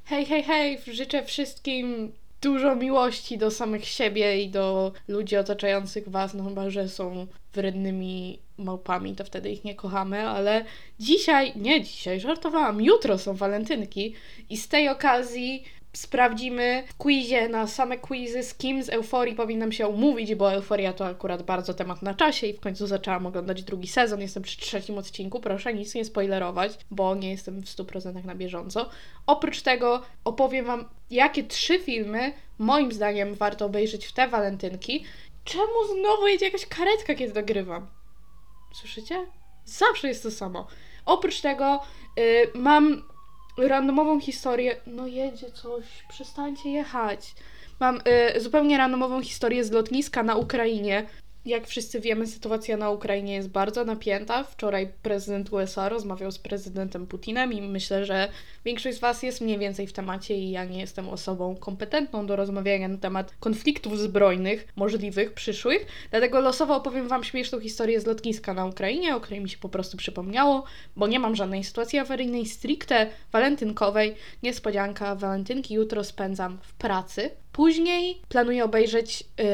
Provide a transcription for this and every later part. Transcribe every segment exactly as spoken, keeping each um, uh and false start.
Hej, hej, hej, życzę wszystkim dużo miłości do samych siebie i do ludzi otaczających was, no chyba, że są wrednymi małpami, to wtedy ich nie kochamy, ale dzisiaj, nie dzisiaj, żartowałam, jutro są walentynki i z tej okazji sprawdzimy w quizie na same quizy, z kim z Euforii powinnam się umówić, bo Euforia to akurat bardzo temat na czasie i w końcu zaczęłam oglądać drugi sezon, jestem przy trzecim odcinku, proszę nic nie spoilerować, bo nie jestem w stu procentach na bieżąco. Oprócz tego opowiem wam, jakie trzy filmy moim zdaniem warto obejrzeć w te walentynki. Czemu znowu jedzie jakaś karetka, kiedy dogrywam? Słyszycie? Zawsze jest to samo. Oprócz tego yy, mam randomową historię. No jedzie coś, przestańcie jechać. Mam y, zupełnie randomową historię z lotniska na Ukrainie. Jak wszyscy wiemy, sytuacja na Ukrainie jest bardzo napięta. Wczoraj prezydent U S A rozmawiał z prezydentem Putinem i myślę, że większość z was jest mniej więcej w temacie i ja nie jestem osobą kompetentną do rozmawiania na temat konfliktów zbrojnych, możliwych, przyszłych. Dlatego losowo opowiem wam śmieszną historię z lotniska na Ukrainie, o której mi się po prostu przypomniało, bo nie mam żadnej sytuacji awaryjnej, stricte walentynkowej. Niespodzianka, walentynki jutro spędzam w pracy. Później planuję obejrzeć yy,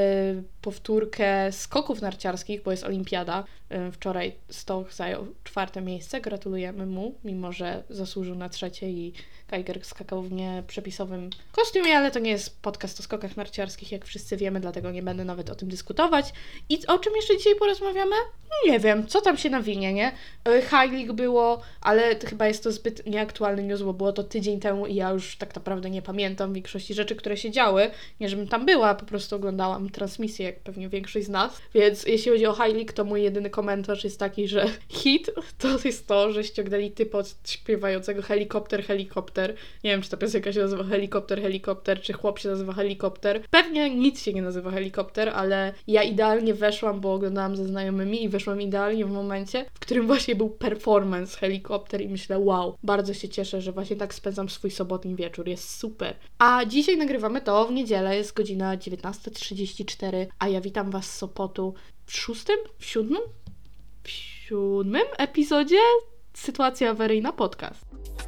powtórkę skoków narciarskich, bo jest olimpiada. Yy, wczoraj Stoch zajął czwarte miejsce, gratulujemy mu, mimo że zasłużył na trzecie i Geiger skakał w nieprzepisowym kostiumie, ale to nie jest podcast o skokach narciarskich, jak wszyscy wiemy, dlatego nie będę nawet o tym dyskutować. I o czym jeszcze dzisiaj porozmawiamy? Nie wiem, co tam się nawinie, nie? Yy, High League było, ale to chyba jest to zbyt nieaktualny news, bo było to tydzień temu i ja już tak naprawdę nie pamiętam większości rzeczy, które się działy. Nie, żebym tam była, po prostu oglądałam transmisję, jak pewnie większość z nas. Więc jeśli chodzi o High League, to mój jedyny komentarz jest taki, że hit to jest to, że ściągnęli typa od śpiewającego helikopter, helikopter. Nie wiem, czy ta piosenka się nazywa helikopter, helikopter, czy chłop się nazywa helikopter. Pewnie nic się nie nazywa helikopter, ale ja idealnie weszłam, bo oglądałam ze znajomymi i weszłam idealnie w momencie, w którym właśnie był performance helikopter i myślę, wow, bardzo się cieszę, że właśnie tak spędzam swój sobotni wieczór, jest super. A dzisiaj nagrywamy to w niedzielę, jest godzina dziewiętnasta trzydzieści cztery, a ja witam was z Sopotu w szóstym? W siódmym? W siódmym epizodzie Sytuacja awaryjna podcast.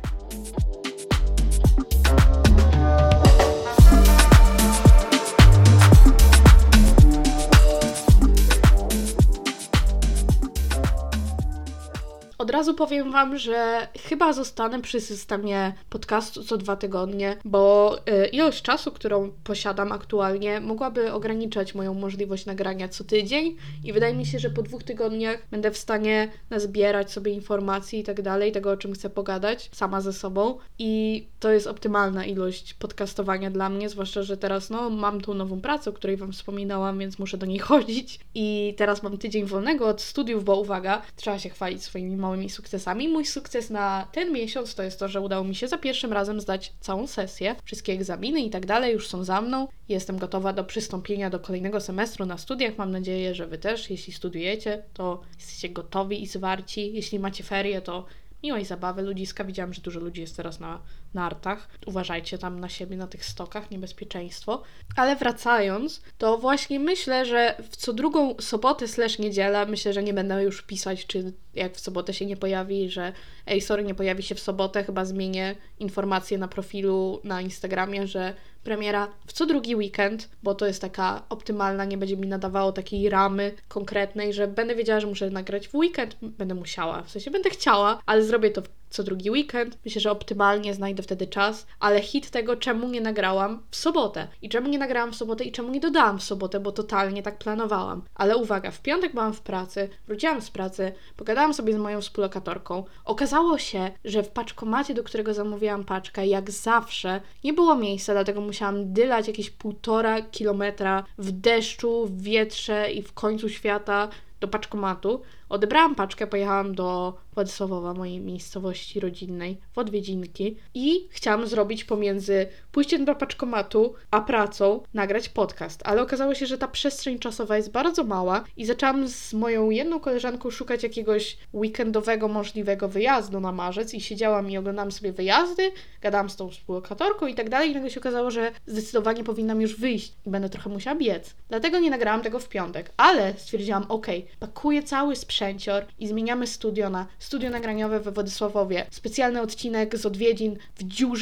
Od razu powiem wam, że chyba zostanę przy systemie podcastu co dwa tygodnie, bo y, ilość czasu, którą posiadam aktualnie, mogłaby ograniczać moją możliwość nagrania co tydzień i wydaje mi się, że po dwóch tygodniach będę w stanie nazbierać sobie informacji i tak dalej, tego o czym chcę pogadać sama ze sobą i to jest optymalna ilość podcastowania dla mnie, zwłaszcza, że teraz no mam tą nową pracę, o której wam wspominałam, więc muszę do niej chodzić i teraz mam tydzień wolnego od studiów, bo uwaga, trzeba się chwalić swoimi małymi sukcesami. Mój sukces na ten miesiąc to jest to, że udało mi się za pierwszym razem zdać całą sesję, wszystkie egzaminy i tak dalej już są za mną. Jestem gotowa do przystąpienia do kolejnego semestru na studiach. Mam nadzieję, że wy też, jeśli studiujecie, to jesteście gotowi i zwarci. Jeśli macie ferie, to miłej zabawy, ludziska. Widziałam, że dużo ludzi jest teraz na nartach. Uważajcie tam na siebie, na tych stokach, niebezpieczeństwo. Ale wracając, to właśnie myślę, że w co drugą sobotę slash niedzielę, myślę, że nie będę już pisać, czy jak w sobotę się nie pojawi, że ej, sorry, nie pojawi się w sobotę, chyba zmienię informację na profilu na Instagramie, że premiera w co drugi weekend, bo to jest taka optymalna, nie będzie mi nadawało takiej ramy konkretnej, że będę wiedziała, że muszę nagrać w weekend, będę musiała, w sensie będę chciała, ale zrobię to w co drugi weekend. Myślę, że optymalnie znajdę wtedy czas, ale hit tego, czemu nie nagrałam w sobotę. I czemu nie nagrałam w sobotę i czemu nie dodałam w sobotę, bo totalnie tak planowałam. Ale uwaga, w piątek byłam w pracy, wróciłam z pracy, pogadałam sobie z moją współlokatorką. Okazało się, że w paczkomacie, do którego zamówiłam paczkę, jak zawsze, nie było miejsca, dlatego musiałam dylać jakieś półtora kilometra w deszczu, w wietrze i w końcu świata do paczkomatu. Odebrałam paczkę, pojechałam do Władysławowa, mojej miejscowości rodzinnej, w odwiedzinki i chciałam zrobić pomiędzy pójściem do paczkomatu a pracą nagrać podcast, ale okazało się, że ta przestrzeń czasowa jest bardzo mała i zaczęłam z moją jedną koleżanką szukać jakiegoś weekendowego możliwego wyjazdu na marzec i siedziałam i oglądałam sobie wyjazdy, gadałam z tą współlokatorką i tak dalej i nagle się okazało, że zdecydowanie powinnam już wyjść i będę trochę musiała biec. Dlatego nie nagrałam tego w piątek, ale stwierdziłam, okej, pakuję cały sprzęcior i zmieniamy studio na studio nagraniowe we Władysławowie. Specjalny odcinek z odwiedzin w dziurze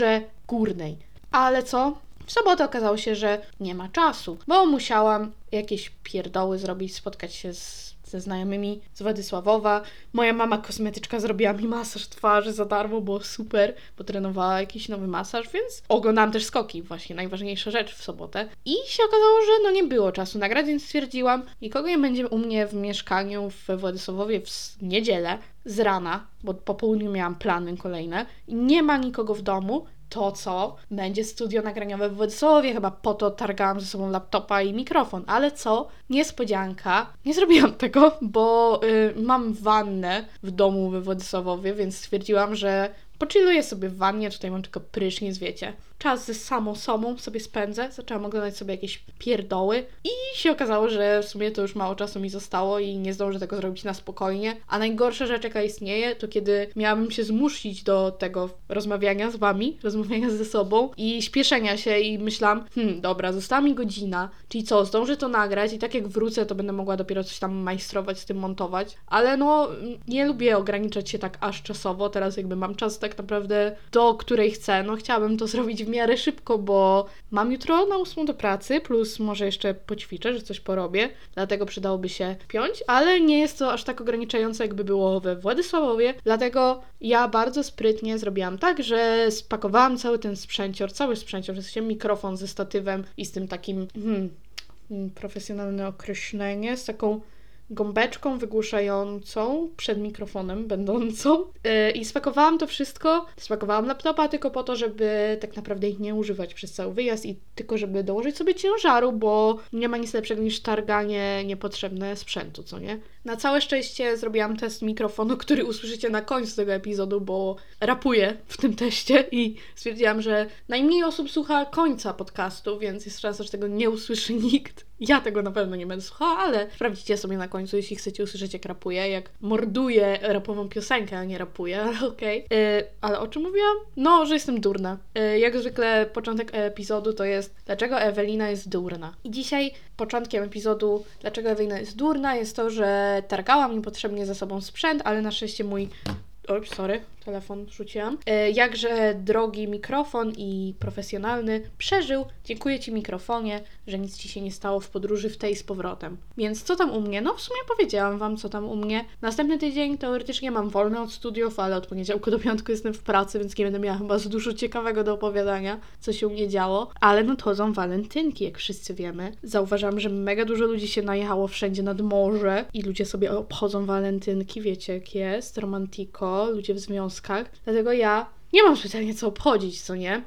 Górnej. Ale co? W sobotę okazało się, że nie ma czasu, bo musiałam jakieś pierdoły zrobić, spotkać się z, ze znajomymi z Władysławowa. Moja mama kosmetyczka zrobiła mi masaż twarzy za darmo, było super, bo trenowała jakiś nowy masaż, więc oglądałam też skoki, właśnie najważniejsza rzecz w sobotę. I się okazało, że no nie było czasu nagrać, więc stwierdziłam, nikogo nie będzie u mnie w mieszkaniu we Władysławowie w niedzielę z rana, bo po południu miałam plany kolejne i nie ma nikogo w domu, to co? Będzie studio nagraniowe w Władysławowie, chyba po to targałam ze sobą laptopa i mikrofon, ale co? Niespodzianka. Nie zrobiłam tego, bo y, mam wannę w domu we Władysławowie, więc stwierdziłam, że pochilluję sobie w wannie, tutaj mam tylko prysznic, wiecie. Czas ze samą sobą sobie spędzę, zaczęłam oglądać sobie jakieś pierdoły i się okazało, że w sumie to już mało czasu mi zostało i nie zdążę tego zrobić na spokojnie. A najgorsza rzecz, jaka istnieje, to kiedy miałabym się zmusić do tego rozmawiania z wami, rozmawiania ze sobą i śpieszenia się i myślałam, hmm, dobra, została mi godzina, czyli co, zdążę to nagrać i tak jak wrócę, to będę mogła dopiero coś tam majstrować, z tym montować, ale no, nie lubię ograniczać się tak aż czasowo, teraz jakby mam czas tak naprawdę do której chcę, no chciałabym to zrobić w miarę szybko, bo mam jutro na ósmą do pracy, plus może jeszcze poćwiczę, że coś porobię, dlatego przydałoby się piąć, ale nie jest to aż tak ograniczające, jakby było we Władysławowie, dlatego ja bardzo sprytnie zrobiłam tak, że spakowałam cały ten sprzęcior, cały sprzęcior, w sensie mikrofon ze statywem i z tym takim, hmm, profesjonalne określenie, z taką gąbeczką wygłuszającą przed mikrofonem będącą yy, i spakowałam to wszystko, spakowałam laptopa tylko po to, żeby tak naprawdę ich nie używać przez cały wyjazd i tylko żeby dołożyć sobie ciężaru, bo nie ma nic lepszego niż targanie niepotrzebne sprzętu, co nie? Na całe szczęście zrobiłam test mikrofonu, który usłyszycie na końcu tego epizodu, bo rapuję w tym teście i stwierdziłam, że najmniej osób słucha końca podcastu, więc jest szansa, że tego nie usłyszy nikt. Ja tego na pewno nie będę słuchała, ale sprawdzicie sobie na końcu, jeśli chcecie usłyszeć, jak rapuję, jak morduję rapową piosenkę, a nie rapuję, ale okej. Okay. Yy, ale o czym mówiłam? No, że jestem durna. Yy, jak zwykle początek epizodu to jest dlaczego Ewelina jest durna. I dzisiaj początkiem epizodu dlaczego Ewelina jest durna jest to, że targałam niepotrzebnie ze sobą sprzęt, ale na szczęście mój Oj, sorry, telefon rzuciłam. E, jakże drogi mikrofon i profesjonalny przeżył. Dziękuję Ci, mikrofonie, że nic Ci się nie stało w podróży w tej z powrotem. Więc co tam u mnie? No w sumie powiedziałam Wam, co tam u mnie. Następny tydzień teoretycznie mam wolny od studiów, ale od poniedziałku do piątku jestem w pracy, więc nie będę miała chyba za dużo ciekawego do opowiadania, co się u mnie działo. Ale nadchodzą walentynki, jak wszyscy wiemy. Zauważam, że mega dużo ludzi się najechało wszędzie nad morze i ludzie sobie obchodzą walentynki, wiecie jak jest, romantiko, ludzie w związkach, dlatego ja nie mam specjalnie co obchodzić, co nie?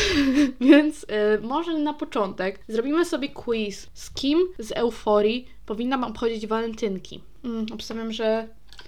Więc y, może na początek zrobimy sobie quiz, z kim z Euforii powinnam obchodzić walentynki. Mm, obstawiam, że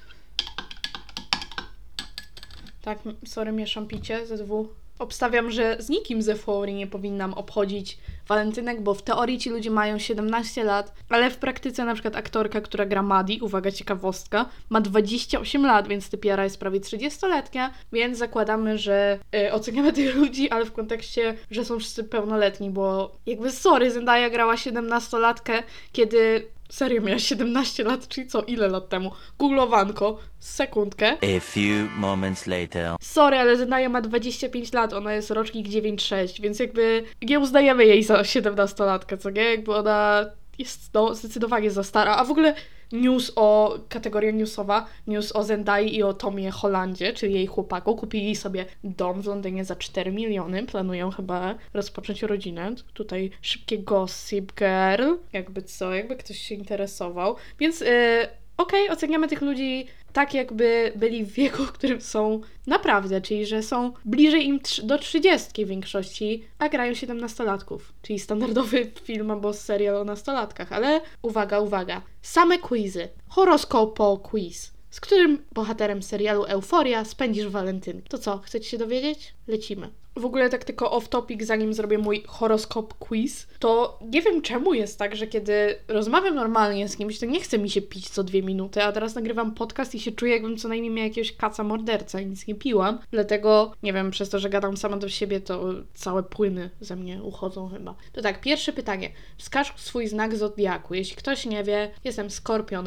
tak, sorry, mieszam picie ze dwóch. Obstawiam, że z nikim z Euforii nie powinnam obchodzić walentynek, bo w teorii ci ludzie mają siedemnaście lat, ale w praktyce na przykład aktorka, która gra Maddie, uwaga, ciekawostka, ma dwadzieścia osiem lat, więc typiara jest prawie trzydziestoletnia, więc zakładamy, że yy, oceniamy tych ludzi, ale w kontekście, że są wszyscy pełnoletni, bo jakby sorry, Zendaya grała siedemnastolatkę, kiedy serio miała siedemnaście lat, czyli co? Ile lat temu? Googlowanko, sekundkę. A few moments later. Sorry, ale Zendaya ma dwadzieścia pięć lat, ona jest rocznik dziewięć sześć, więc jakby nie uznajemy jej za siedemnastolatkę, co nie? Jakby ona jest no, zdecydowanie za stara, a w ogóle news o, kategoria newsowa, news o Zendai i o Tomie Hollandzie, czyli jej chłopaku. Kupili sobie dom w Londynie za cztery miliony, planują chyba rozpocząć rodzinę. Tutaj szybkie gossip girl, jakby co, jakby ktoś się interesował. Więc yy, okej, okay, oceniamy tych ludzi tak, jakby byli w wieku, w którym są naprawdę, czyli że są bliżej im do trzydziestki w większości, a grają siedemnastolatków, czyli standardowy film albo serial o nastolatkach, ale uwaga, uwaga, same quizy, horoskopo quiz, z którym bohaterem serialu Euforia spędzisz walentynki. To co, chcecie się dowiedzieć? Lecimy. W ogóle tak tylko off topic, zanim zrobię mój horoskop quiz, to nie wiem czemu jest tak, że kiedy rozmawiam normalnie z kimś, to nie chce mi się pić co dwie minuty, a teraz nagrywam podcast i się czuję, jakbym co najmniej miała jakiegoś kaca morderca i nic nie piłam. Dlatego, nie wiem, przez to, że gadam sama do siebie, to całe płyny ze mnie uchodzą chyba. To tak, pierwsze pytanie. Wskaż swój znak zodiaku. Jeśli ktoś nie wie, jestem skorpionem,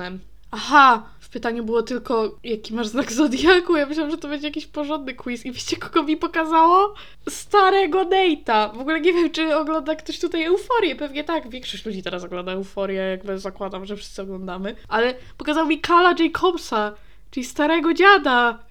Aha, w pytaniu było tylko, jaki masz znak zodiaku. Ja myślałam, że to będzie jakiś porządny quiz. I wiecie, kogo mi pokazało? Starego Nate'a. W ogóle nie wiem, czy ogląda ktoś tutaj Euforię. Pewnie tak. Większość ludzi teraz ogląda Euforię, jakby zakładam, że wszyscy oglądamy. Ale pokazał mi Cala Jacobsa, czyli starego dziada.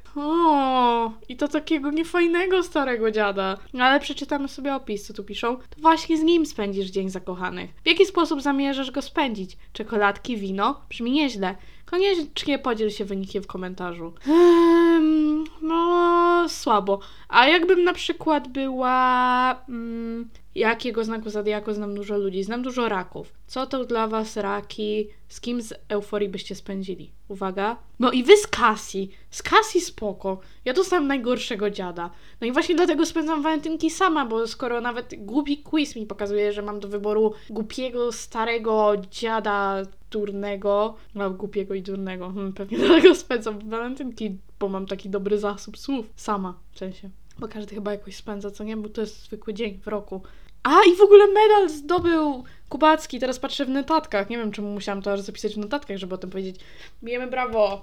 O, i to takiego niefajnego starego dziada. No ale przeczytamy sobie opis, co tu piszą. To właśnie z nim spędzisz Dzień Zakochanych. W jaki sposób zamierzasz go spędzić? Czekoladki, wino? Brzmi nieźle. Koniecznie podziel się wynikiem w komentarzu. Ehm, no, słabo. A jakbym na przykład była... Mm, jakiego znaku zodiaku znam dużo ludzi? Znam dużo raków. Co to dla was raki? Z kim z Euforii byście spędzili? Uwaga. No i wy z Cassie. Z Cassie spoko. Ja dostałam najgorszego dziada. No i właśnie dlatego spędzam walentynki sama, bo skoro nawet głupi quiz mi pokazuje, że mam do wyboru głupiego, starego dziada durnego, no głupiego i durnego. Hmm, pewnie dlatego spędzam walentynki, bo mam taki dobry zasób słów. Sama, w sensie. Bo każdy chyba jakoś spędza, co nie? Bo to jest zwykły dzień w roku. A i w ogóle medal zdobył Kubacki. Teraz patrzę w notatkach. Nie wiem, czemu musiałam to aż zapisać w notatkach, żeby o tym powiedzieć. Bijemy brawo!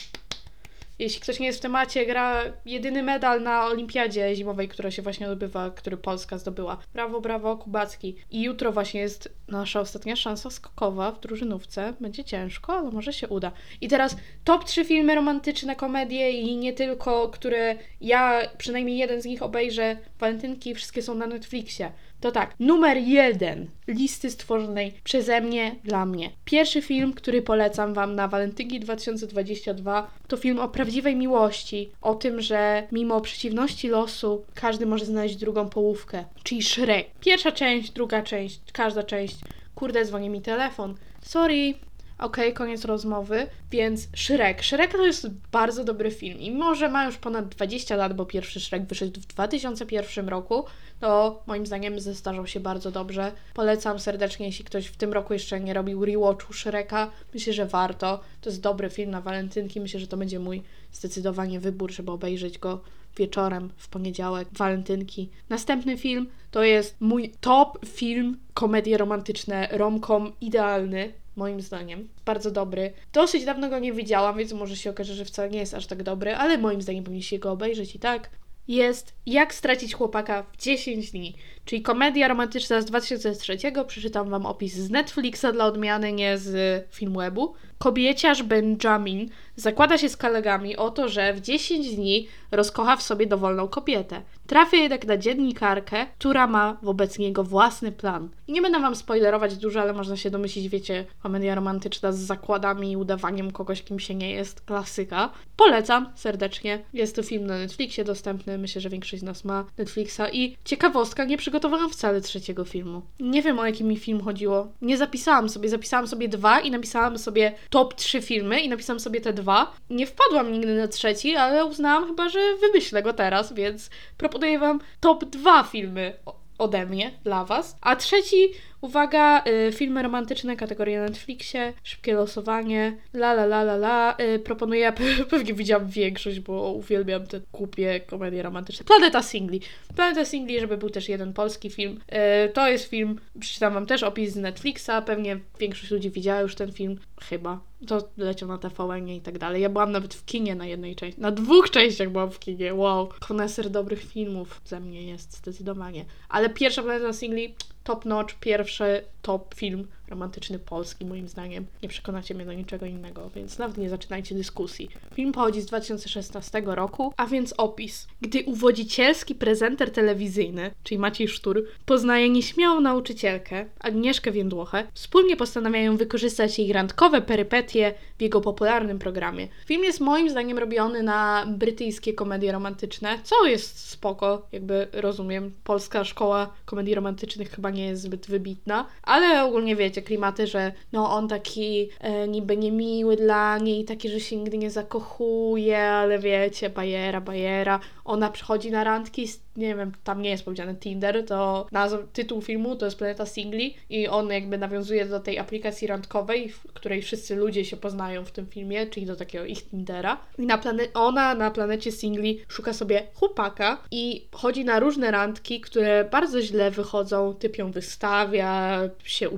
Jeśli ktoś nie jest w temacie, gra jedyny medal na olimpiadzie zimowej, która się właśnie odbywa, który Polska zdobyła. Brawo, brawo, Kubacki. I jutro właśnie jest nasza ostatnia szansa skokowa w drużynówce. Będzie ciężko, ale może się uda. I teraz top trzy filmy romantyczne, komedie i nie tylko, które ja, przynajmniej jeden z nich obejrzę. Walentynki, wszystkie są na Netflixie. To tak, numer jeden listy stworzonej przeze mnie, dla mnie. Pierwszy film, który polecam wam na walentynki dwa tysiące dwudziesty drugi, to film o prawdziwej miłości, o tym, że mimo przeciwności losu każdy może znaleźć drugą połówkę, czyli Shrek. Pierwsza część, druga część, każda część. Kurde, dzwoni mi telefon. Sorry. Okej, okay, koniec rozmowy, więc Shrek. Shrek to jest bardzo dobry film i może ma już ponad dwadzieścia lat, bo pierwszy Shrek wyszedł w dwa tysiące pierwszym roku, to moim zdaniem zestarzał się bardzo dobrze. Polecam serdecznie, jeśli ktoś w tym roku jeszcze nie robił rewatchu Shreka, myślę, że warto. To jest dobry film na walentynki, myślę, że to będzie mój zdecydowanie wybór, żeby obejrzeć go wieczorem w poniedziałek, walentynki. Następny film to jest mój top film, komedie romantyczne, rom-com idealny. Moim zdaniem. Bardzo dobry. Dosyć dawno go nie widziałam, więc może się okaże, że wcale nie jest aż tak dobry, ale moim zdaniem powinniście go obejrzeć i tak. Jest Jak stracić chłopaka w dziesięć dni, czyli komedia romantyczna z dwa tysiące trzeciego. Przeczytam wam opis z Netflixa dla odmiany, nie z Filmwebu. Kobieciarz Benjamin zakłada się z kolegami o to, że w dziesięć dni rozkocha w sobie dowolną kobietę. Trafia jednak na dziennikarkę, która ma wobec niego własny plan. I nie będę wam spoilerować dużo, ale można się domyślić, wiecie, komedia romantyczna z zakładami i udawaniem kogoś, kim się nie jest, klasyka. Polecam serdecznie. Jest to film na Netflixie dostępny, myślę, że większość z nas ma Netflixa i ciekawostka, nie przygotowałam wcale trzeciego filmu. Nie wiem, o jaki mi film chodziło. Nie zapisałam sobie, zapisałam sobie dwa i napisałam sobie top trzy filmy i napisałam sobie te dwa. Nie wpadłam nigdy na trzeci, ale uznałam chyba, że wymyślę go teraz, więc proponuję wam top dwa filmy ode mnie, dla was. A trzeci, uwaga, y, filmy romantyczne, kategoria na Netflixie, szybkie losowanie, la la la la la. Y, proponuję, pewnie widziałam większość, bo uwielbiam te głupie komedie romantyczne. Planeta Singli. Planeta Singli, żeby był też jeden polski film. Y, to jest film, przeczytam wam też opis z Netflixa, pewnie większość ludzi widziała już ten film, chyba. To leciał na T V N i tak dalej. Ja byłam nawet w kinie na jednej części, na dwóch częściach byłam w kinie, wow. Koneser dobrych filmów ze mnie jest, zdecydowanie. Ale pierwsza Planeta Singli, top notch, pierwszy top film romantyczny polski, moim zdaniem. Nie przekonacie mnie do niczego innego, więc nawet nie zaczynajcie dyskusji. Film pochodzi z dwa tysiące szesnastego roku, a więc opis. Gdy uwodzicielski prezenter telewizyjny, czyli Maciej Sztur, poznaje nieśmiałą nauczycielkę, Agnieszkę Więdłochę, wspólnie postanawiają wykorzystać jej randkowe perypetie w jego popularnym programie. Film jest moim zdaniem robiony na brytyjskie komedie romantyczne, co jest spoko, jakby rozumiem. Polska szkoła komedii romantycznych chyba nie jest zbyt wybitna, ale ogólnie wiecie, klimaty, że no on taki e, niby niemiły dla niej, taki, że się nigdy nie zakochuje, ale wiecie, bajera, bajera. Ona przychodzi na randki, nie wiem, tam nie jest powiedziane Tinder, to nazwa, tytuł filmu to jest Planeta Singli i on jakby nawiązuje do tej aplikacji randkowej, w której wszyscy ludzie się poznają w tym filmie, czyli do takiego ich Tindera. I na plane- ona na planecie Singli szuka sobie chłopaka i chodzi na różne randki, które bardzo źle wychodzą, typ ją wystawia, się upija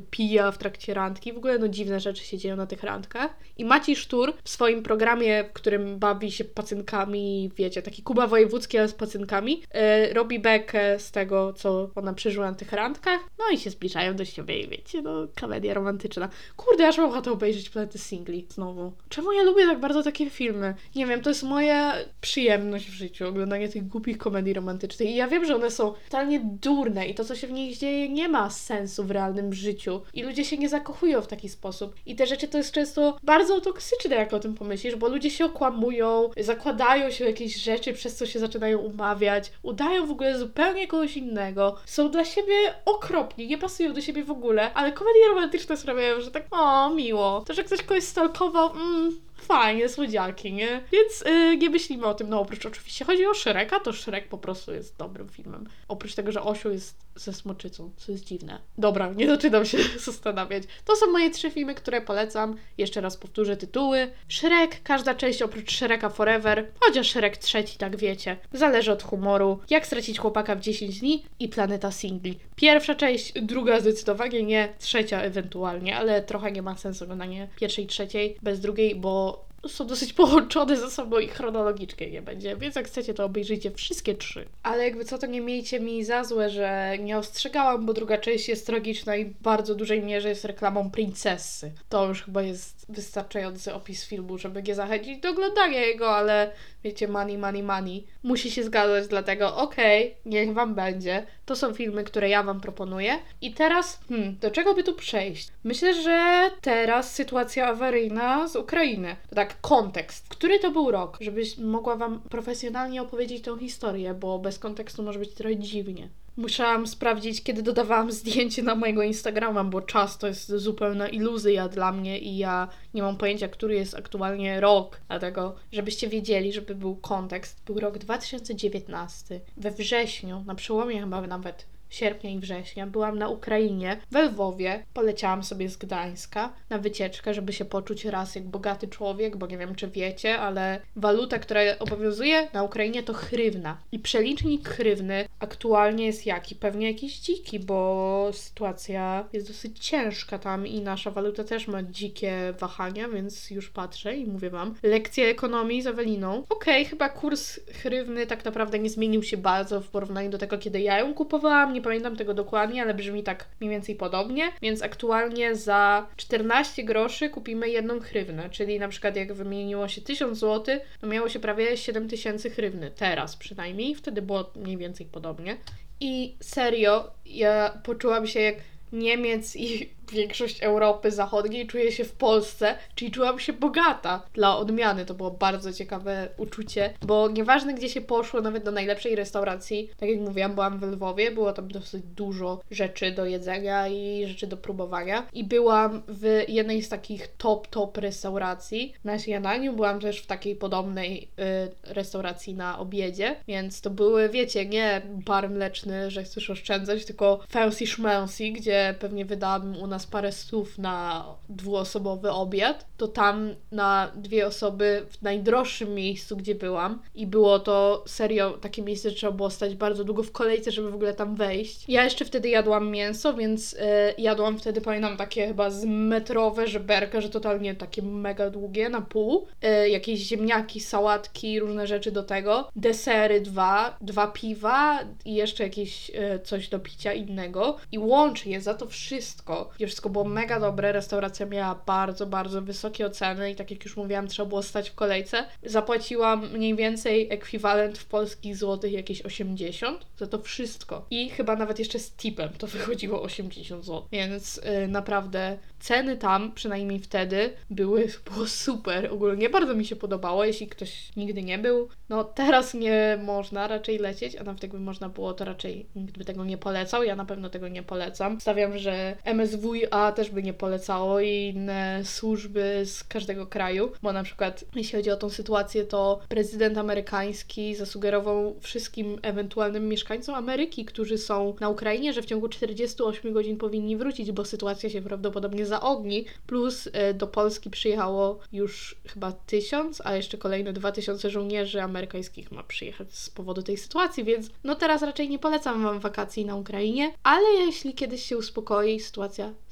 zabija w trakcie randki. W ogóle no dziwne rzeczy się dzieją na tych randkach. I Maciej Sztur w swoim programie, w którym bawi się pacynkami, wiecie, taki Kuba Wojewódzki, ale z pacynkami, yy, robi bekę z tego, co ona przeżyła na tych randkach. No i się zbliżają do siebie i wiecie, no komedia romantyczna. Kurde, aż mam ochotę obejrzeć Planety Singli znowu. Czemu ja lubię tak bardzo takie filmy? Nie wiem, to jest moja przyjemność w życiu, oglądanie tych głupich komedii romantycznych. I ja wiem, że one są totalnie durne i to, co się w nich dzieje, nie ma sensu w realnym życiu. I ludzie się nie zakochują w taki sposób. I te rzeczy to jest często bardzo toksyczne, jak o tym pomyślisz, bo ludzie się okłamują, zakładają się jakieś rzeczy, przez co się zaczynają umawiać, udają w ogóle zupełnie kogoś innego, są dla siebie okropni, nie pasują do siebie w ogóle, ale komedie romantyczne sprawiają, że tak o, miło. To, że ktoś kogoś stalkował, mm, fajnie, słodziaki, nie? Więc yy, nie myślimy o tym, no oprócz oczywiście chodzi o Shreka, to Shrek po prostu jest dobrym filmem. Oprócz tego, że Osioł jest ze smoczycą, co jest dziwne. Dobra, nie zaczynam się zastanawiać. To są moje trzy filmy, które polecam. Jeszcze raz powtórzę tytuły. Shrek, każda część oprócz Shreka Forever, chociaż Shrek trzeci, tak wiecie. Zależy od humoru. Jak stracić chłopaka w dziesięć dni i Planeta Singli. Pierwsza część, druga zdecydowanie nie, trzecia ewentualnie, ale trochę nie ma sensu oglądanie pierwszej i trzeciej bez drugiej, bo są dosyć połączone ze sobą i chronologicznie nie będzie, więc jak chcecie, to obejrzyjcie wszystkie trzy. Ale jakby co, to nie miejcie mi za złe, że nie ostrzegałam, bo druga część jest tragiczna i w bardzo dużej mierze jest reklamą princessy. To już chyba jest wystarczający opis filmu, żeby nie zachęcić do oglądania jego, ale wiecie, money, money, money. Musi się zgadzać, dlatego okej, okay, niech wam będzie. To są filmy, które ja wam proponuję. I teraz, hmm, do czego by tu przejść? Myślę, że teraz sytuacja awaryjna z Ukrainy. To tak, kontekst. Który to był rok? Żebyś mogła wam profesjonalnie opowiedzieć tą historię, bo bez kontekstu może być trochę dziwnie. Musiałam sprawdzić, kiedy dodawałam zdjęcie na mojego Instagrama, bo czas to jest zupełna iluzja dla mnie i ja nie mam pojęcia, który jest aktualnie rok. Dlatego, żebyście wiedzieli, żeby był kontekst, był rok dwa tysiące dziewiętnasty. We wrześniu, na przełomie chyba nawet sierpnia i września, byłam na Ukrainie, we Lwowie, poleciałam sobie z Gdańska na wycieczkę, żeby się poczuć raz jak bogaty człowiek, bo nie wiem, czy wiecie, ale waluta, która obowiązuje na Ukrainie, to hrywna. I przelicznik hrywny aktualnie jest jaki? Pewnie jakiś dziki, bo sytuacja jest dosyć ciężka tam i nasza waluta też ma dzikie wahania, więc już patrzę i mówię wam. Lekcje ekonomii z Eweliną. Okej, okay, chyba kurs hrywny tak naprawdę nie zmienił się bardzo w porównaniu do tego, kiedy ja ją kupowałam. Nie pamiętam tego dokładnie, ale brzmi tak mniej więcej podobnie, więc aktualnie za czternaście groszy kupimy jedną hrywnę, czyli na przykład jak wymieniło się tysiąc złotych, to miało się prawie siedem tysięcy hrywny, teraz przynajmniej, wtedy było mniej więcej podobnie. I serio, ja poczułam się jak Niemiec i większość Europy Zachodniej czuje się w Polsce, czyli czułam się bogata. Dla odmiany to było bardzo ciekawe uczucie, bo nieważne gdzie się poszło, nawet do najlepszej restauracji, tak jak mówiłam, byłam w Lwowie, było tam dosyć dużo rzeczy do jedzenia i rzeczy do próbowania i byłam w jednej z takich top, top restauracji na śniadaniu, byłam też w takiej podobnej y, restauracji na obiedzie, więc to były, wiecie, nie bar mleczny, że chcesz oszczędzać, tylko fancy schmancy, gdzie pewnie wydałam u nas parę stów na dwuosobowy obiad, to tam na dwie osoby w najdroższym miejscu, gdzie byłam i było to serio takie miejsce, że trzeba było stać bardzo długo w kolejce, żeby w ogóle tam wejść. Ja jeszcze wtedy jadłam mięso, więc yy, jadłam wtedy, pamiętam, takie chyba z metrowe żeberka, że totalnie takie mega długie, na pół. Yy, jakieś ziemniaki, sałatki, różne rzeczy do tego. Desery dwa, dwa piwa i jeszcze jakieś yy, coś do picia innego. I łącznie za to wszystko, wszystko było mega dobre, restauracja miała bardzo, bardzo wysokie oceny i tak jak już mówiłam, trzeba było stać w kolejce. Zapłaciłam mniej więcej ekwiwalent w polskich złotych jakieś osiemdziesiąt za to wszystko. I chyba nawet jeszcze z tipem to wychodziło osiemdziesiąt złotych. Więc yy, naprawdę ceny tam, przynajmniej wtedy, były, było super. Ogólnie bardzo mi się podobało, jeśli ktoś nigdy nie był. No teraz nie można raczej lecieć, a nawet jakby można było, to raczej nikt by tego nie polecał. Ja na pewno tego nie polecam. Stawiam, że M S W A też by nie polecało i inne służby z każdego kraju, bo na przykład jeśli chodzi o tą sytuację, to prezydent amerykański zasugerował wszystkim ewentualnym mieszkańcom Ameryki, którzy są na Ukrainie, że w ciągu czterdziestu ośmiu godzin powinni wrócić, bo sytuacja się prawdopodobnie zaogni, plus do Polski przyjechało już chyba tysiąc, a jeszcze kolejne dwa tysiące żołnierzy amerykańskich ma przyjechać z powodu tej sytuacji, więc no teraz raczej nie polecam wam wakacji na Ukrainie, ale jeśli kiedyś się uspokoi sytuacja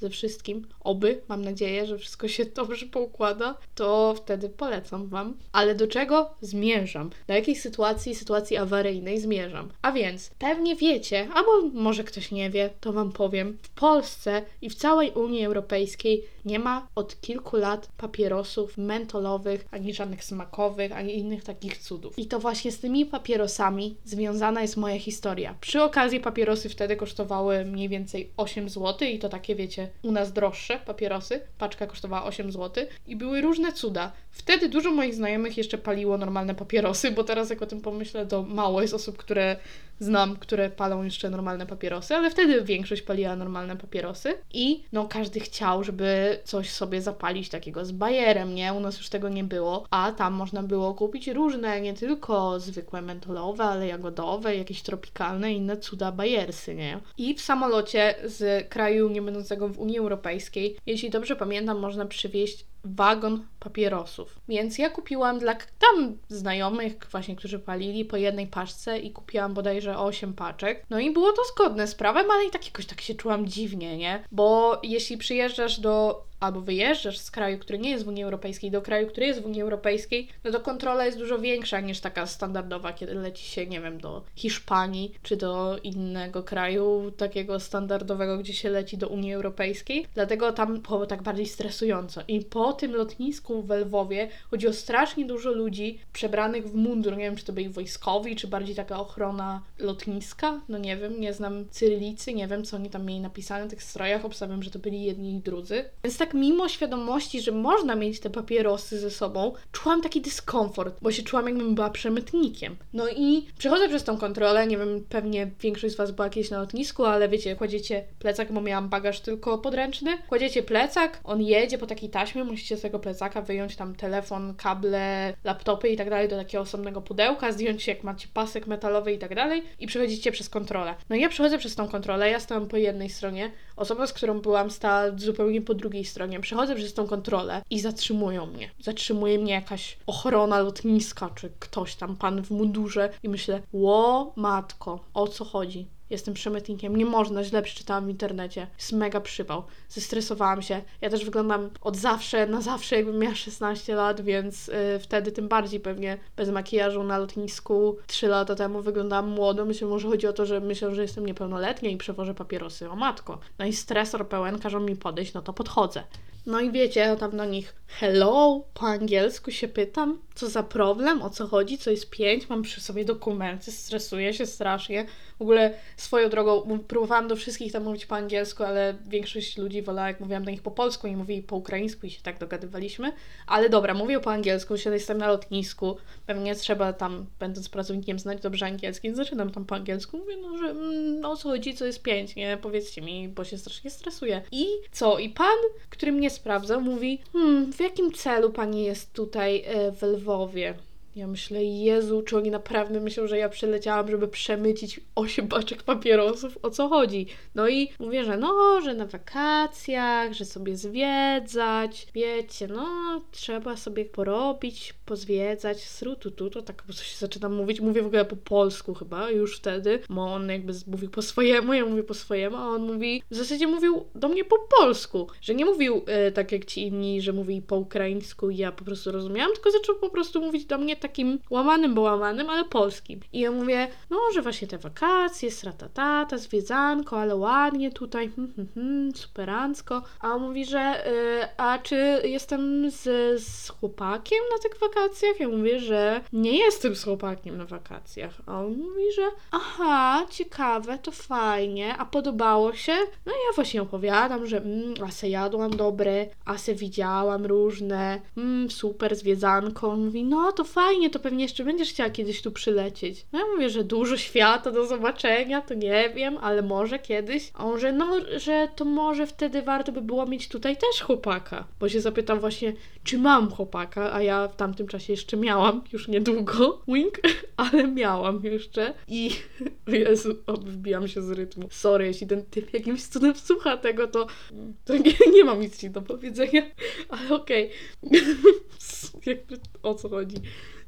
ze wszystkim, oby, mam nadzieję, że wszystko się dobrze poukłada, to wtedy polecam Wam. Ale do czego zmierzam? Do jakiej sytuacji, sytuacji awaryjnej zmierzam? A więc, pewnie wiecie, albo może ktoś nie wie, to Wam powiem, w Polsce i w całej Unii Europejskiej nie ma od kilku lat papierosów mentolowych, ani żadnych smakowych, ani innych takich cudów. I to właśnie z tymi papierosami związana jest moja historia. Przy okazji papierosy wtedy kosztowały mniej więcej osiem złotych i to takie, wiecie, u nas droższe papierosy. Paczka kosztowała osiem złotych i były różne cuda. Wtedy dużo moich znajomych jeszcze paliło normalne papierosy, bo teraz jak o tym pomyślę, to mało jest osób, które znam, które palą jeszcze normalne papierosy, ale wtedy większość paliła normalne papierosy i no każdy chciał, żeby coś sobie zapalić takiego z bajerem, nie? U nas już tego nie było, a tam można było kupić różne, nie tylko zwykłe mentolowe, ale jagodowe, jakieś tropikalne, inne cuda bajersy, nie? I w samolocie z kraju nie będącego w Unii Europejskiej, jeśli dobrze pamiętam, można przywieźć wagon papierosów. Więc ja kupiłam dla tam znajomych właśnie, którzy palili po jednej paczce i kupiłam bodajże osiem paczek. No i było to zgodne z prawem, ale i tak jakoś tak się czułam dziwnie, nie? Bo jeśli przyjeżdżasz do albo wyjeżdżasz z kraju, który nie jest w Unii Europejskiej, do kraju, który jest w Unii Europejskiej, no to kontrola jest dużo większa niż taka standardowa, kiedy leci się, nie wiem, do Hiszpanii, czy do innego kraju, takiego standardowego, gdzie się leci do Unii Europejskiej. Dlatego tam było tak bardziej stresująco. I po tym lotnisku w Lwowie chodzi o strasznie dużo ludzi przebranych w mundur. Nie wiem, czy to byli wojskowi, czy bardziej taka ochrona lotniska. No nie wiem, nie znam cyrylicy, nie wiem, co oni tam mieli napisane w tych strojach. Obstawiam, że to byli jedni i drudzy. Więc tak mimo świadomości, że można mieć te papierosy ze sobą, czułam taki dyskomfort, bo się czułam, jakbym była przemytnikiem. No i przechodzę przez tą kontrolę, nie wiem, pewnie większość z Was była kiedyś na lotnisku, ale wiecie, kładziecie plecak, bo miałam bagaż tylko podręczny, kładziecie plecak, on jedzie po takiej taśmie, musicie z tego plecaka wyjąć tam telefon, kable, laptopy i tak dalej do takiego osobnego pudełka, zdjąć jak macie pasek metalowy i tak dalej i przechodzicie przez kontrolę. No i ja przechodzę przez tą kontrolę, ja stałam po jednej stronie, osoba, z którą byłam, stała zupełnie po drugiej stronie. Przechodzę przez tą kontrolę i zatrzymują mnie. Zatrzymuje mnie jakaś ochrona lotniska, czy ktoś tam, pan w mundurze i myślę, ło matko, o co chodzi? Jestem przemytnikiem, nie można, źle przeczytałam w internecie. Jest mega przypał. Zestresowałam się. Ja też wyglądam od zawsze, na zawsze, jakbym miała szesnaście lat, więc yy, wtedy tym bardziej pewnie bez makijażu na lotnisku trzy lata temu wyglądałam młodo. Myślę, może chodzi o to, że myślę, że jestem niepełnoletnia i przewożę papierosy. O matko. No i stresor pełen, każą mi podejść, no to podchodzę. No i wiecie, ja tam do nich hello, po angielsku się pytam, co za problem, o co chodzi, co jest pięć, mam przy sobie dokumenty, stresuję się strasznie. W ogóle swoją drogą próbowałam do wszystkich tam mówić po angielsku, ale większość ludzi wolała, jak mówiłam do nich po polsku i mówili po ukraińsku i się tak dogadywaliśmy. Ale dobra, mówię po angielsku, się jestem na lotnisku, pewnie trzeba tam, będąc pracownikiem, znać dobrze angielski, więc zaczynam tam po angielsku, mówię, no, że mm, no o co chodzi, co jest pięć, nie, powiedzcie mi, bo się strasznie stresuję. I co? I pan, który mnie sprawdzał, mówi, hmm, w jakim celu pani jest tutaj e, w Lwowie? Ja myślę, Jezu, czy oni naprawdę myślą, że ja przyleciałam, żeby przemycić osiem paczek papierosów? O co chodzi? No i mówię, że no, że na wakacjach, że sobie zwiedzać, wiecie, no, trzeba sobie porobić, pozwiedzać, srututu, to tak po prostu się zaczynam mówić, mówię w ogóle po polsku chyba, już wtedy, bo on jakby mówił po swojemu, ja mówię po swojemu, a on mówi, w zasadzie mówił do mnie po polsku, że nie mówił e, tak jak ci inni, że mówi po ukraińsku i ja po prostu rozumiałam, tylko zaczął po prostu mówić do mnie takim łamanym, bo łamanym, ale polskim. I ja mówię, no, że właśnie te wakacje, sratatata, zwiedzanko, ale ładnie tutaj, hmm, hmm, hmm, superancko. A on mówi, że y, a czy jestem z, z chłopakiem na tych wakacjach? Ja mówię, że nie jestem z chłopakiem na wakacjach. A on mówi, że aha, ciekawe, to fajnie, a podobało się? No i ja właśnie opowiadam, że mm, a se jadłam dobre, a se widziałam różne, mm, super zwiedzanko. On mówi, no to fajnie, to pewnie jeszcze będziesz chciała kiedyś tu przylecieć. No ja mówię, że dużo świata do zobaczenia, to nie wiem, ale może kiedyś. A on, że no, że to może wtedy warto by było mieć tutaj też chłopaka. Bo się zapytam właśnie, czy mam chłopaka, a ja w tamtym czasie jeszcze miałam, już niedługo, wink, ale miałam jeszcze. I Jezu, wbijam się z rytmu. Sorry, jeśli ten typ jakimś cudem słucha tego, to, to nie, nie mam nic ci do powiedzenia, ale okej. Okay. Jakby o co chodzi?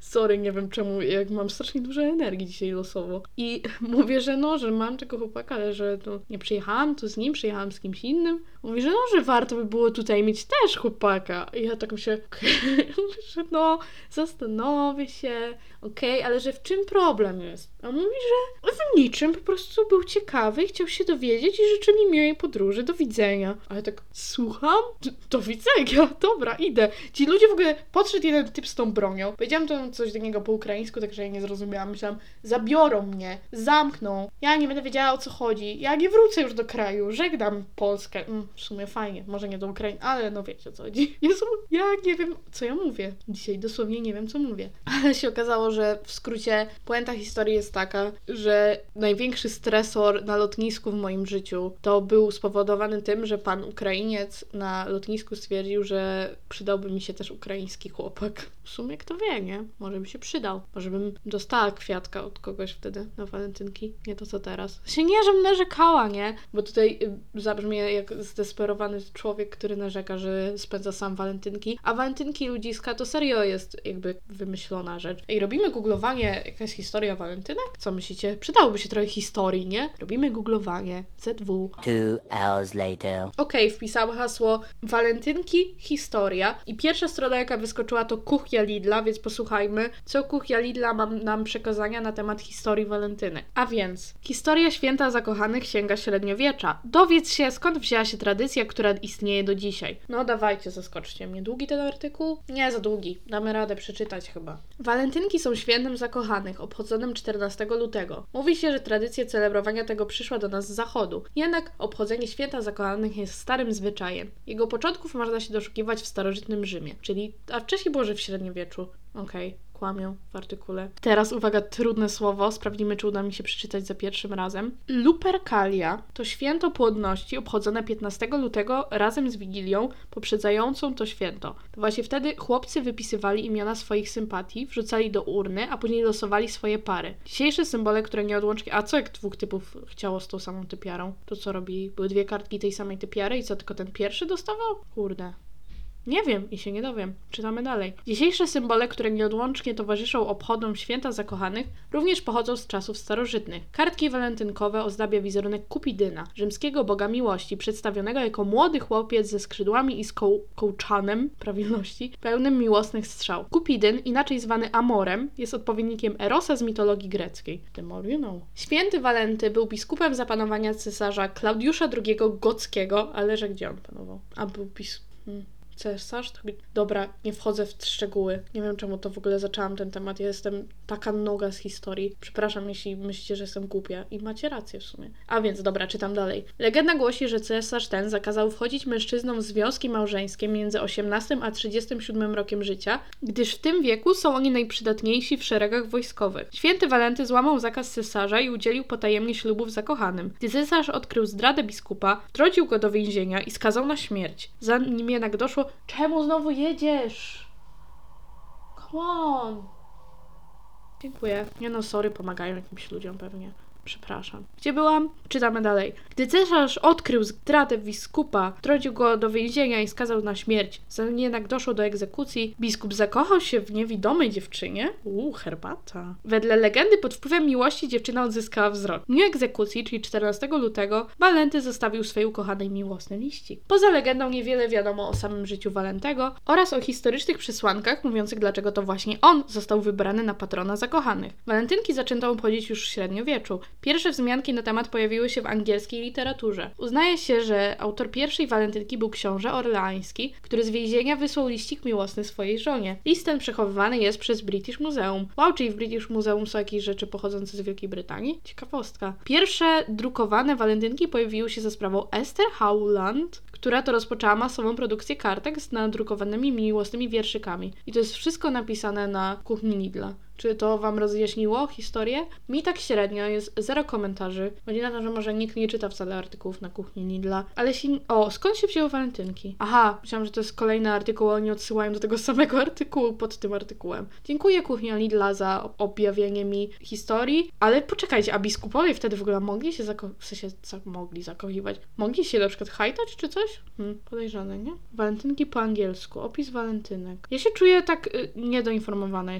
Sorry, nie wiem czemu, jak mam strasznie dużo energii dzisiaj losowo. I mówię, że no, że mam tego chłopaka, ale że to nie przyjechałam tu z nim, przyjechałam z kimś innym. Mówi, że no, że warto by było tutaj mieć też chłopaka. I ja tak myślę, że no, zastanowię się, okej, okay, ale że w czym problem jest? A mówi, że w niczym, po prostu był ciekawy i chciał się dowiedzieć i życzy mi miłej podróży, do widzenia. Ale tak, słucham? D- do widzenia, dobra, idę. Ci ludzie w ogóle, podszedł jeden typ z tą bronią, powiedziałam to coś do niego po ukraińsku, także ja nie zrozumiałam, myślałam, zabiorą mnie, zamkną, ja nie będę wiedziała, o co chodzi, ja nie wrócę już do kraju, żegnam Polskę. Mm, w sumie fajnie, może nie do Ukrainy, ale no wiecie, o co chodzi. Jezu, ja nie wiem, co ja mówię. Dzisiaj dosłownie nie wiem, co mówię. Ale się okazało, że w skrócie puenta historii jest taka, że największy stresor na lotnisku w moim życiu to był spowodowany tym, że pan Ukrainiec na lotnisku stwierdził, że przydałby mi się też ukraiński chłopak. W sumie kto wie, nie? Może by się przydał. Może bym dostała kwiatka od kogoś wtedy na walentynki. Nie to co teraz. Się nie, żebym narzekała, nie? Bo tutaj y, zabrzmie jak zdesperowany człowiek, który narzeka, że spędza sam walentynki. A walentynki ludziska to serio jest jakby wymyślona rzecz. I robimy googlowanie, jakaś historia walentynek? Co myślicie? Przydałoby się trochę historii, nie? Robimy googlowanie. Z W. Two hours later. Okej, okay, wpisałam hasło walentynki, historia i pierwsza strona, jaka wyskoczyła, to kuchnia Lidla, więc posłuchajmy, co kuchnia Lidla ma nam przekazania na temat historii walentynek. A więc, historia święta zakochanych sięga średniowiecza. Dowiedz się, skąd wzięła się tradycja, która istnieje do dzisiaj. No dawajcie, zaskoczcie mnie. Długi ten artykuł? Nie za długi. Damy radę przeczytać chyba. Walentynki są świętem zakochanych, obchodzonym czternastego lutego. Mówi się, że tradycja celebrowania tego przyszła do nas z zachodu. Jednak obchodzenie święta zakochanych jest starym zwyczajem. Jego początków można się doszukiwać w starożytnym Rzymie, czyli, a wcześniej było, że w średniowieczu. Okej. Okay. Kłamią w artykule. Teraz uwaga, trudne słowo. Sprawdzimy, czy uda mi się przeczytać za pierwszym razem. Lupercalia to święto płodności obchodzone piętnastego lutego razem z Wigilią poprzedzającą to święto. To właśnie wtedy chłopcy wypisywali imiona swoich sympatii, wrzucali do urny, a później losowali swoje pary. Dzisiejsze symbole, które nieodłącznie... A co jak dwóch typów chciało z tą samą typiarą? To co robili? Były dwie kartki tej samej typiary i co, tylko ten pierwszy dostawał? Kurde. Nie wiem i się nie dowiem. Czytamy dalej. Dzisiejsze symbole, które nieodłącznie towarzyszą obchodom święta zakochanych, również pochodzą z czasów starożytnych. Kartki walentynkowe ozdabia wizerunek Kupidyna, rzymskiego boga miłości, przedstawionego jako młody chłopiec ze skrzydłami i z koł- kołczanem prawilności, pełnym miłosnych strzał. Kupidyn, inaczej zwany Amorem, jest odpowiednikiem Erosa z mitologii greckiej. The more you know. Święty Walenty był biskupem za panowania cesarza Klaudiusza drugiego Gockiego, ale że gdzie on panował? A był biskupem... Hmm. Cesarz? Dobra, nie wchodzę w szczegóły. Nie wiem, czemu to w ogóle zaczęłam ten temat. Ja jestem taka noga z historii. Przepraszam, jeśli myślicie, że jestem głupia. I macie rację w sumie. A więc, dobra, czytam dalej. Legenda głosi, że cesarz ten zakazał wchodzić mężczyznom w związki małżeńskie między osiemnastym a trzydziestym siódmym rokiem życia, gdyż w tym wieku są oni najprzydatniejsi w szeregach wojskowych. Święty Walenty złamał zakaz cesarza i udzielił potajemnie ślubów zakochanym. Gdy cesarz odkrył zdradę biskupa, wtrącił go do więzienia i skazał na śmierć. Zanim jednak doszło... Czemu znowu jedziesz? Come on. Dziękuję. Nie no, sorry, pomagają jakimś ludziom pewnie. Przepraszam. Gdzie byłam? Czytamy dalej. Gdy cesarz odkrył zdradę biskupa, wtrącił go do więzienia i skazał na śmierć. Zanim jednak doszło do egzekucji, biskup zakochał się w niewidomej dziewczynie. Uuu, herbata. Wedle legendy pod wpływem miłości dziewczyna odzyskała wzrok. W dniu egzekucji, czyli czternastego lutego, Walenty zostawił swojej ukochanej miłosny liścik. Poza legendą niewiele wiadomo o samym życiu Walentego oraz o historycznych przesłankach mówiących, dlaczego to właśnie on został wybrany na patrona zakochanych. Walentynki zaczęto obchodzić już w średniowieczu. Pierwsze wzmianki na temat pojawiły się w angielskiej literaturze. Uznaje się, że autor pierwszej walentynki był książę orleański, który z więzienia wysłał liścik miłosny swojej żonie. List ten przechowywany jest przez British Museum. Wow, czyli w British Museum są jakieś rzeczy pochodzące z Wielkiej Brytanii? Ciekawostka. Pierwsze drukowane walentynki pojawiły się za sprawą Esther Howland, która to rozpoczęła masową produkcję kartek z nadrukowanymi miłosnymi wierszykami. I to jest wszystko napisane na kuchni Lidla. Czy to wam rozjaśniło historię? Mi tak średnio, jest zero komentarzy. Chodzi na to, że może nikt nie czyta wcale artykułów na kuchni Lidla. Ale się... O, skąd się wzięły walentynki? Aha, myślałam, że to jest kolejny artykuł, a oni odsyłają do tego samego artykułu pod tym artykułem. Dziękuję kuchnia Lidla za objawienie mi historii. Ale poczekajcie, a biskupowie wtedy w ogóle mogli się zako... w sensie, co mogli zakochiwać? Mogli się na przykład hajtać czy coś? Hmm, podejrzane, nie? Walentynki po angielsku. Opis walentynek. Ja się czuję tak y, niedoinformowana jeszcze.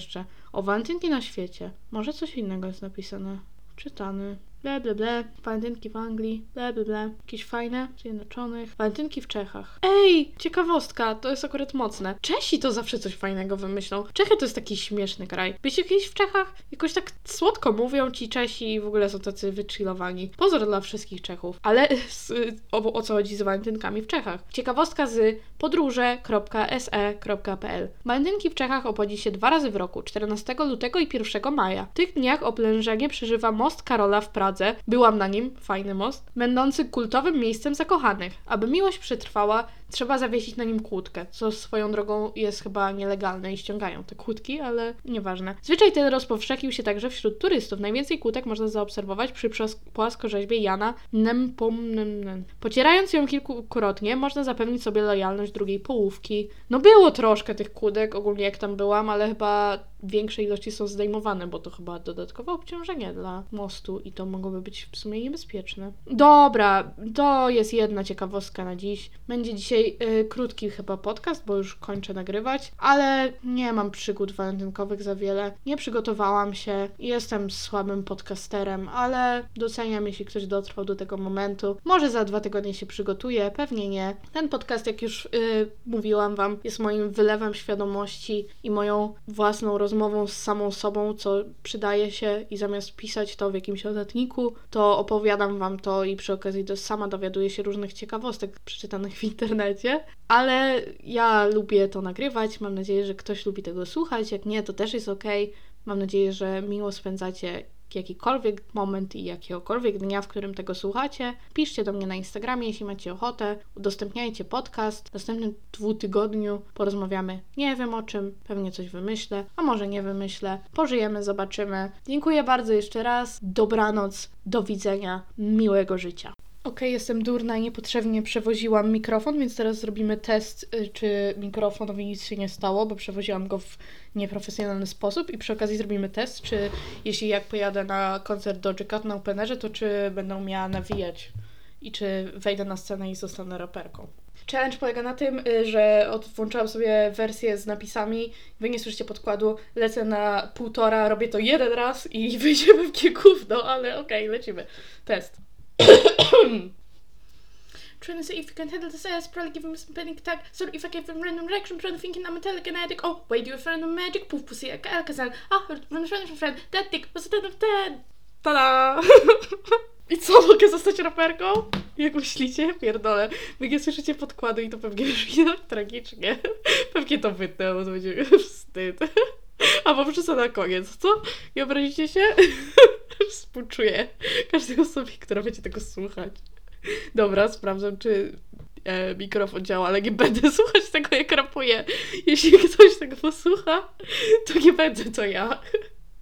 O, walentynki na świecie. Może coś innego jest napisane. Czytany. Ble, ble, ble. Walentynki w Anglii. Ble, ble, ble. Jakieś fajne. Zjednoczonych. Walentynki w Czechach. Ej! Ciekawostka. To jest akurat mocne. Czesi to zawsze coś fajnego wymyślą. Czechy to jest taki śmieszny kraj. Byście kiedyś w Czechach? Jakoś tak słodko mówią ci Czesi i w ogóle są tacy wychillowani. Pozdro dla wszystkich Czechów. Ale z, o, o co chodzi z walentynkami w Czechach? Ciekawostka z podróże kropka s e kropka p l. Walentynki w Czechach obchodzi się dwa razy w roku. czternastego lutego i pierwszego maja. W tych dniach oblężenie przeżywa most Karola w Pradze. Byłam na nim, fajny most, będący kultowym miejscem zakochanych. Aby miłość przetrwała, trzeba zawiesić na nim kłódkę, co swoją drogą jest chyba nielegalne i ściągają te kłódki, ale nieważne. Zwyczaj ten rozpowszechnił się także wśród turystów. Najwięcej kłódek można zaobserwować przy płaskorzeźbie Jana Nepomucena. Pocierając ją kilkukrotnie, można zapewnić sobie lojalność drugiej połówki. No było troszkę tych kłódek, ogólnie jak tam byłam, ale chyba większej ilości są zdejmowane, bo to chyba dodatkowe obciążenie dla mostu i to mogłoby być w sumie niebezpieczne. Dobra, to jest jedna ciekawostka na dziś. Będzie dzisiaj y, krótki chyba podcast, bo już kończę nagrywać, ale nie mam przygód walentynkowych za wiele. Nie przygotowałam się, jestem słabym podcasterem, ale doceniam, jeśli ktoś dotrwał do tego momentu. Może za dwa tygodnie się przygotuję, pewnie nie. Ten podcast, jak już y, mówiłam wam, jest moim wylewem świadomości i moją własną rozmową z samą sobą, co przydaje się i zamiast pisać to w jakimś notatniku, to opowiadam wam to i przy okazji to sama dowiaduję się różnych ciekawostek przeczytanych w internecie, ale ja lubię to nagrywać, mam nadzieję, że ktoś lubi tego słuchać, jak nie, to też jest okej. Mam nadzieję, że miło spędzacie jakikolwiek moment i jakiegokolwiek dnia, w którym tego słuchacie. Piszcie do mnie na Instagramie, jeśli macie ochotę. Udostępniajcie podcast. W następnym dwutygodniu porozmawiamy nie wiem o czym. Pewnie coś wymyślę, a może nie wymyślę. Pożyjemy, zobaczymy. Dziękuję bardzo jeszcze raz. Dobranoc. Do widzenia. Miłego życia. Okej, jestem durna i niepotrzebnie przewoziłam mikrofon, więc teraz zrobimy test, czy mikrofonowi nic się nie stało, bo przewoziłam go w nieprofesjonalny sposób i przy okazji zrobimy test, czy jeśli jak pojadę na koncert Doja Cat na Openerze, to czy będę miała nawijać i czy wejdę na scenę i zostanę raperką. Challenge polega na tym, że od, włączyłam sobie wersję z napisami, wy nie słyszycie podkładu, lecę na półtora, robię to jeden raz i wyjdzie pewnie gówno, ale okej, okay, lecimy. Test. Trying to see if you can handle the sass, probably give him some panic attack. So if I give him random reaction, probably thinking I'm a telekinetic. Oh, wait, do you have random magic? Poof, pussy, Alakazam. Ah, random friend, friend, that dick was a ten of ten. Tada! I co, mogę zostać raperką? Jak myślicie? Pierdolę. Wy nie słyszycie podkładu i to pewnie brzmi tak tragicznie. Pewnie to wytnę, bo to będzie wstyd. A bo wrzucę na koniec, co? Nie obrazicie się? Współczuję każdej osobie, która będzie tego słuchać. Dobra, sprawdzam, czy e, mikrofon działa, ale nie będę słuchać tego, jak rapuję. Jeśli ktoś tego posłucha, to nie będę to ja.